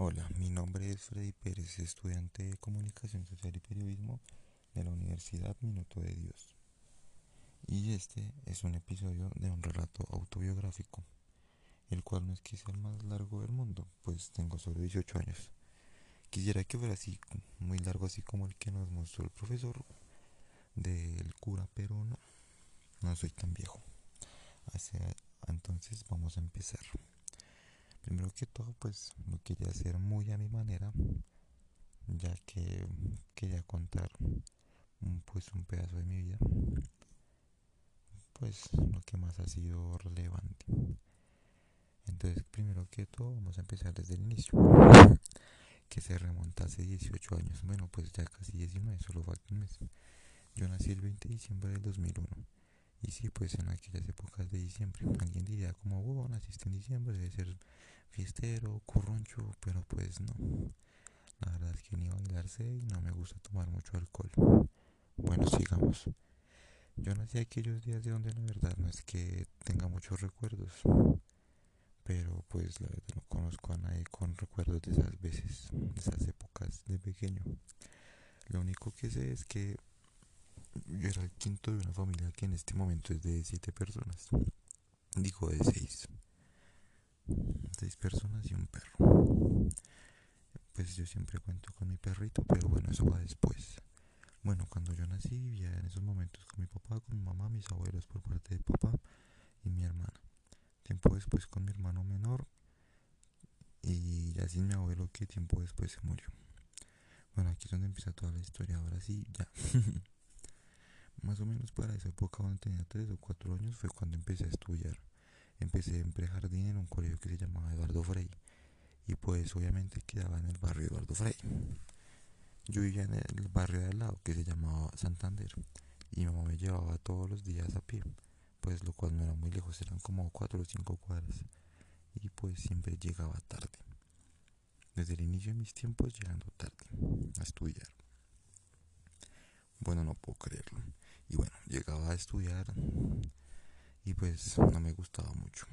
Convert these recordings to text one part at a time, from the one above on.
Hola, mi nombre es Freddy Pérez, estudiante de Comunicación Social y Periodismo de la Universidad Minuto de Dios. Y este es un episodio de un relato autobiográfico, el cual no es que sea el más largo del mundo, pues tengo solo 18 años. Quisiera que fuera así, muy largo así como el que nos mostró el profesor del cura, pero no, no soy tan viejo. Así, entonces vamos a empezar. Primero que todo, pues lo quería hacer muy a mi manera, ya que quería contar pues un pedazo de mi vida, pues lo que más ha sido relevante. Entonces, primero que todo, vamos a empezar desde el inicio, que se remonta hace 18 años. Bueno, pues ya casi 19, solo falta un mes. Yo nací el 20 de diciembre del 2001. Y sí, pues en aquellas épocas de diciembre. Alguien diría como, oh, naciste en diciembre, debe ser fiestero, curroncho, pero pues no. La verdad es que ni bailar sé y no me gusta tomar mucho alcohol. Bueno, sigamos. Yo nací aquellos días de donde la verdad no es que tenga muchos recuerdos, pero pues la verdad no conozco a nadie con recuerdos de esas veces, de esas épocas de pequeño. Lo único que sé es que yo era el quinto de una familia que en este momento es de 7 personas. Digo de 6 personas y un perro. Pues yo siempre cuento con mi perrito, pero bueno, eso va después. Bueno, cuando yo nací vivía en esos momentos con mi papá, con mi mamá, mis abuelos por parte de papá y mi hermana. Tiempo después con mi hermano menor y ya sin mi abuelo que tiempo después se murió. Bueno, aquí es donde empieza toda la historia, ahora sí, ya. Más o menos para esa época, cuando tenía 3 o 4 años, fue cuando empecé a estudiar. Empecé en prejardín en un colegio que se llamaba Eduardo Frei, y pues obviamente quedaba en el barrio Eduardo Frei. Yo vivía en el barrio de al lado que se llamaba Santander, y mi mamá me llevaba todos los días a pie, pues lo cual no era muy lejos, eran como 4 o 5 cuadras, y pues siempre llegaba tarde. Desde el inicio de mis tiempos llegando tarde a estudiar. Bueno, no puedo creerlo. Y bueno, llegaba a estudiar y pues no me gustaba mucho.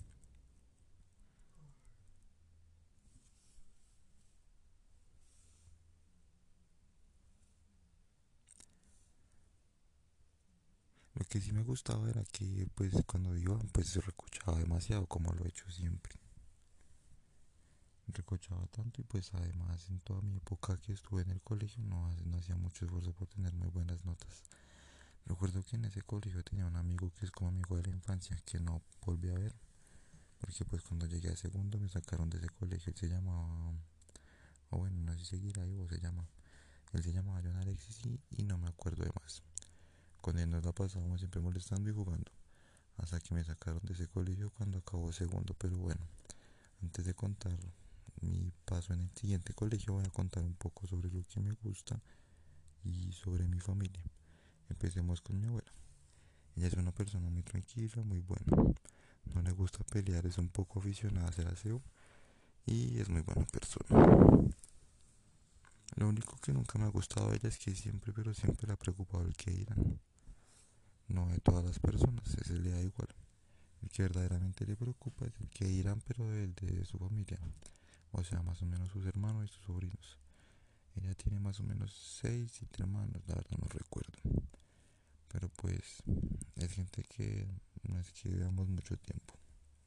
Lo que sí me gustaba era que pues cuando iba pues se recochaba demasiado como lo he hecho siempre. Recochaba tanto y pues además en toda mi época que estuve en el colegio no hacía mucho esfuerzo por tener muy buenas notas. Recuerdo que en ese colegio tenía un amigo que es como amigo de la infancia que no volví a ver. Porque pues cuando llegué a segundo me sacaron de ese colegio. Él se llamaba, o bueno, no sé si seguirá ahí o se llama. Él se llamaba John Alexis y no me acuerdo de más. Con él nos la pasábamos siempre molestando y jugando. Hasta que me sacaron de ese colegio cuando acabó segundo. Pero bueno, antes de contar mi paso en el siguiente colegio voy a contar un poco sobre lo que me gusta y sobre mi familia. Empecemos con mi abuela. Ella es una persona muy tranquila, muy buena. No le gusta pelear, es un poco aficionada a hacer aseo y es muy buena persona. Lo único que nunca me ha gustado de ella es que siempre, pero siempre le ha preocupado el que dirán. No de todas las personas, ese le da igual. El que verdaderamente le preocupa es el que dirán, pero el de su familia. O sea, más o menos sus hermanos y sus sobrinos. Ella tiene más o menos 6, 7 hermanos, la verdad no recuerdo. Pero pues es gente que no es que vivamos mucho tiempo.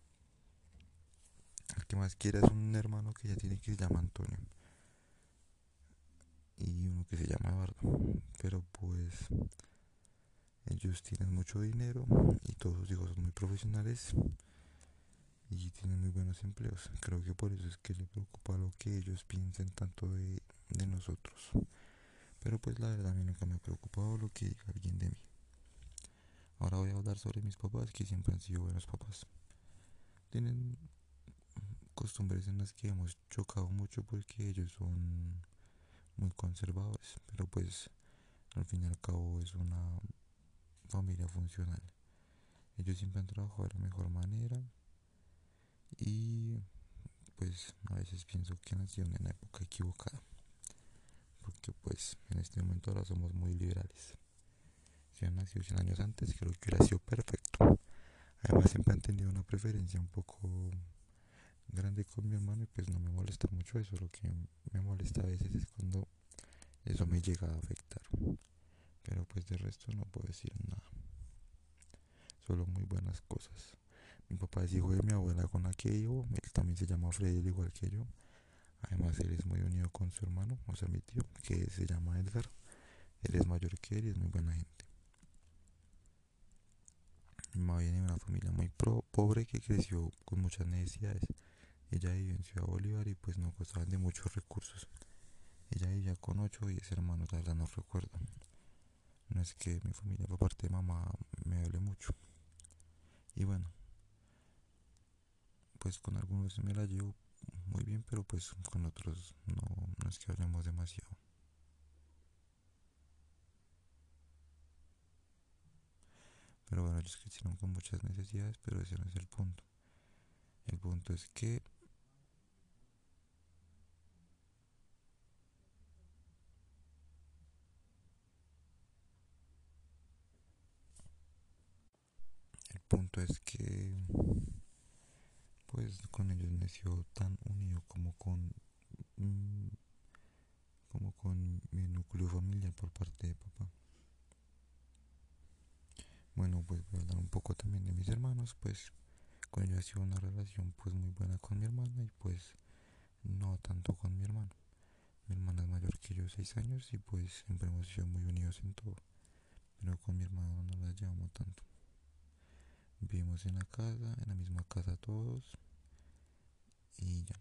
El que más quiere es un hermano que ella tiene que se llama Antonio. Y uno que se llama Eduardo. Pero pues ellos tienen mucho dinero y todos sus hijos son muy profesionales y tienen muy buenos empleos. Creo que por eso es que le preocupa lo que ellos piensen tanto de nosotros. Pero pues la verdad a mí nunca me ha preocupado lo que diga alguien de mí. Ahora voy a hablar sobre mis papás que siempre han sido buenos papás. Tienen costumbres en las que hemos chocado mucho porque ellos son muy conservadores. Pero pues al fin y al cabo es una familia funcional. Ellos siempre han trabajado de la mejor manera y pues a veces pienso que nacieron en la época equivocada, porque pues en este momento ahora somos muy liberales. Si han nacido 100 años antes, creo que hubiera sido perfecto. Además siempre han tenido una preferencia un poco grande con mi hermano y pues no me molesta mucho eso. Lo que me molesta a veces es cuando eso me llega a afectar. Pero pues de resto no puedo decir nada. Solo muy buenas cosas. Mi papá es hijo de mi abuela con la que vivo. Él también se llama Freddy, al igual que yo. Además, él es muy unido con su hermano, o sea, mi tío, que se llama Edgar. Él es mayor que él y es muy buena gente. Mi mamá viene de una familia muy pobre que creció con muchas necesidades. Ella vivió en Ciudad Bolívar y pues no gozaban de muchos recursos. Ella vivía con 8 o 10 hermanos, la verdad no recuerdo. No es que mi familia por parte de mamá me duele mucho. Y bueno, pues con algunos me la llevo muy bien, pero pues con otros no es que hablemos demasiado. Pero bueno, ellos crecieron con muchas necesidades, pero ese no es el punto. El punto es que el punto es que pues con ellos nació tan unido mm, como con mi núcleo familiar por parte de papá. Bueno, pues voy a hablar un poco también de mis hermanos, pues con ellos ha sido una relación pues muy buena con mi hermana y pues no tanto con mi hermano. Mi hermana es mayor que yo 6 años y pues siempre hemos sido muy unidos en todo, pero con mi hermano no la llevamos tanto. Vivimos en la casa, en la misma casa todos y ya.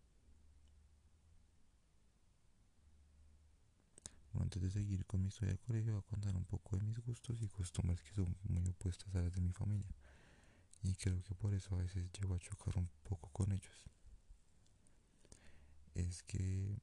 Bueno, antes de seguir con mi historia de colegio, voy a contar un poco de mis gustos y costumbres que son muy opuestas a las de mi familia. Y creo que por eso a veces llego a chocar un poco con ellos. Es que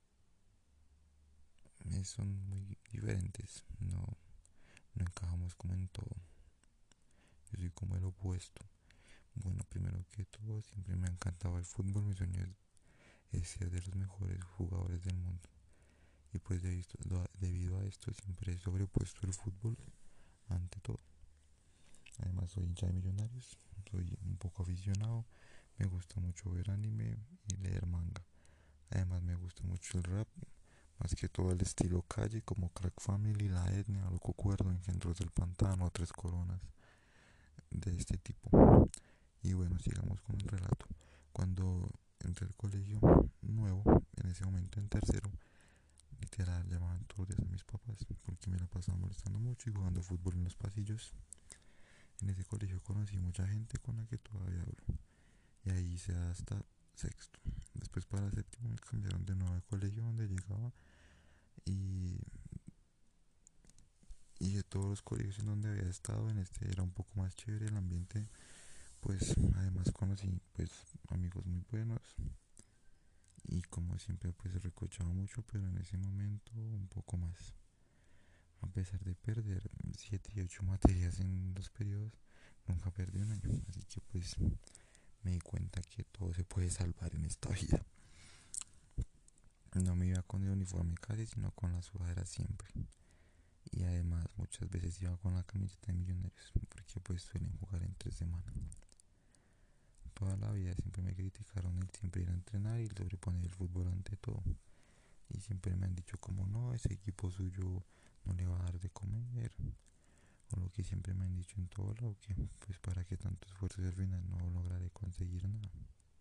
son muy diferentes, no encajamos como en todo. Yo soy como el opuesto. Bueno, primero que todo, siempre me ha encantado el fútbol, mi sueño es ser de los mejores jugadores del mundo. Y pues debido a esto siempre he sobrepuesto el fútbol ante todo. Además soy hincha de Millonarios, soy un poco aficionado, me gusta mucho ver anime y leer manga. Además me gusta mucho el rap, más que todo el estilo calle como Crack Family, La Etnia, Loco Cuerdo, Engendros del Pantano, Tres Coronas, de este tipo. Y bueno, sigamos con el relato. Cuando entré al colegio nuevo, en ese momento en tercero, literal llamaban todos los días a mis papás porque me la pasaba molestando mucho y jugando fútbol en los pasillos. En ese colegio conocí mucha gente con la que todavía hablo. Y ahí hice hasta sexto. Después para séptimo me cambiaron de nuevo de colegio donde llegaba y, y de todos los colegios en donde había estado, en este era un poco más chévere el ambiente. Pues además conocí pues amigos muy buenos y como siempre pues recochaba mucho, pero en ese momento un poco más. A pesar de perder 7 y 8 materias en los periodos, nunca perdí un año. Así que pues me di cuenta que todo se puede salvar en esta vida. No me iba con el uniforme casi, sino con la sudadera siempre. Y además muchas veces iba con la camiseta de Millonarios, porque pues suelen jugar entre semana. Toda la vida siempre me criticaron el siempre ir a entrenar y el sobreponer el fútbol ante todo. Y siempre me han dicho como no, ese equipo suyo no le va a dar de comer. O lo que siempre me han dicho en todo lado, que pues para que tanto esfuerzo y al final no lograré conseguir nada.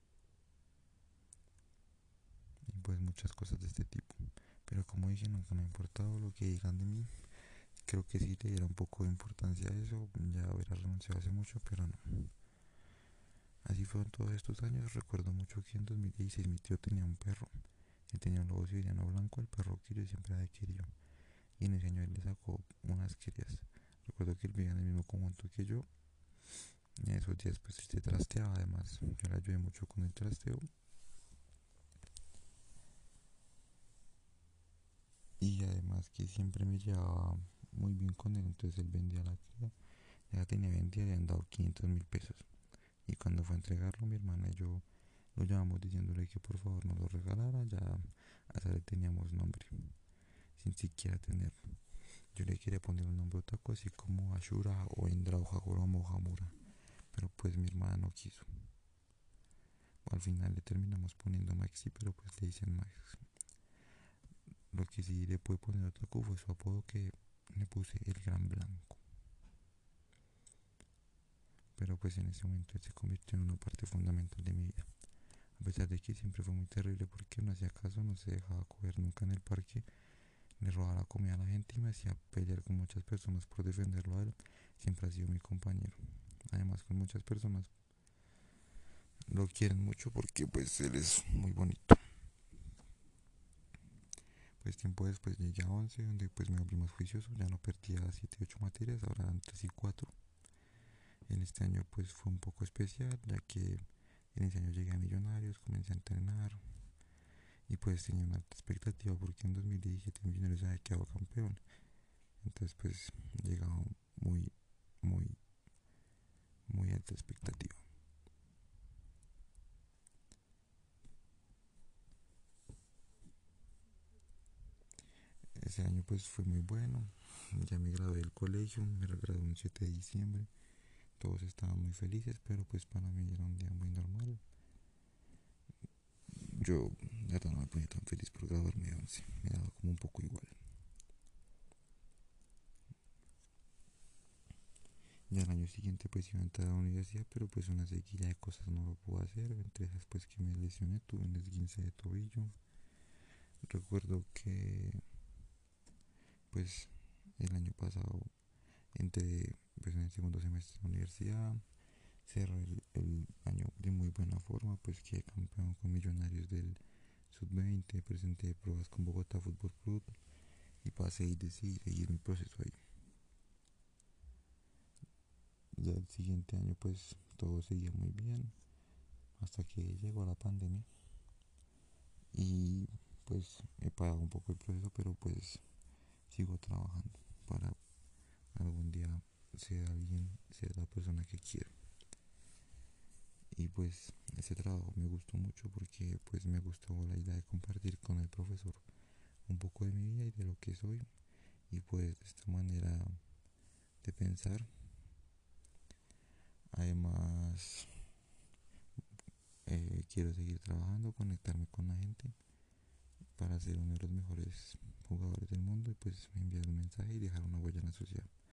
Y pues muchas cosas de este tipo. Pero como dije, nunca me ha importado lo que digan de mí. Creo que sí le diera un poco de importancia a eso. Ya hubiera renunciado hace mucho, pero no. Así fueron todos estos años. Recuerdo mucho que en 2016 mi tío tenía un perro. Él tenía un lobo siberiano blanco, el perro que yo siempre había querido. Y en ese año él le sacó unas crías. Recuerdo que él vivía en el mismo conjunto que yo. Y en esos días pues él se trasteaba además. Yo le ayudé mucho con el trasteo. Y además que siempre me llevaba muy bien con él. Entonces él vendía la cría. Ya tenía vendida y le han dado 500.000 pesos. Y cuando fue a entregarlo, mi hermana y yo lo llamamos diciéndole que por favor nos lo regalara. Ya hasta le teníamos nombre, sin siquiera tenerlo. Yo le quería poner un nombre otaku así como Ashura o Indra o Hagoromo o Hamura. Pero pues mi hermana no quiso. al final le terminamos poniendo Maxi, pero pues le dicen Max. Lo que sí le pude poner a Otaku fue su apodo, que le puse el Gran Blanco. Pero pues en ese momento él se convirtió en una parte fundamental de mi vida. A pesar de que siempre fue muy terrible porque no hacía caso, no se dejaba coger nunca en el parque, le robaba la comida a la gente y me hacía pelear con muchas personas por defenderlo a él. Siempre ha sido mi compañero. Además, con muchas personas lo quieren mucho porque pues él es muy bonito. Pues tiempo después llegué a 11, donde pues me volví más juicioso, ya no perdía 7 y 8 materias, ahora eran 3 y 4. En este año pues fue un poco especial, ya que en ese año llegué a Millonarios, comencé a entrenar y pues tenía una alta expectativa porque en 2017 Millonarios había quedado campeón. Entonces pues llegaba muy, muy, muy alta expectativa. Ese año pues fue muy bueno, ya me gradué del colegio, me gradué un 7 de diciembre, todos estaban muy felices, pero pues para mí era un día muy normal. Yo, la verdad, no me ponía tan feliz por graduarme de 11, me daba como un poco igual. Ya el año siguiente pues iba a entrar a la universidad, pero pues una seguida de cosas no lo pude hacer, entre esas pues que me lesioné, tuve un esguince de tobillo. Recuerdo que pues el año pasado entré pues en el segundo semestre de la universidad, cerré el año de muy buena forma, pues quedé campeón con Millonarios del Sub-20, presenté pruebas con Bogotá Fútbol Club y pasé y decidí seguir mi proceso ahí. Ya el siguiente año pues todo seguía muy bien hasta que llegó la pandemia y pues he parado un poco el proceso, pero pues sigo trabajando para algún día ser alguien, ser la persona que quiero. Y pues ese trabajo me gustó mucho porque pues me gustó la idea de compartir con el profesor un poco de mi vida y de lo que soy, y pues de esta manera de pensar. Además, quiero seguir trabajando, conectarme con la gente para ser uno de los mejores jugadores del mundo y pues enviar un mensaje y dejar una huella en la sociedad.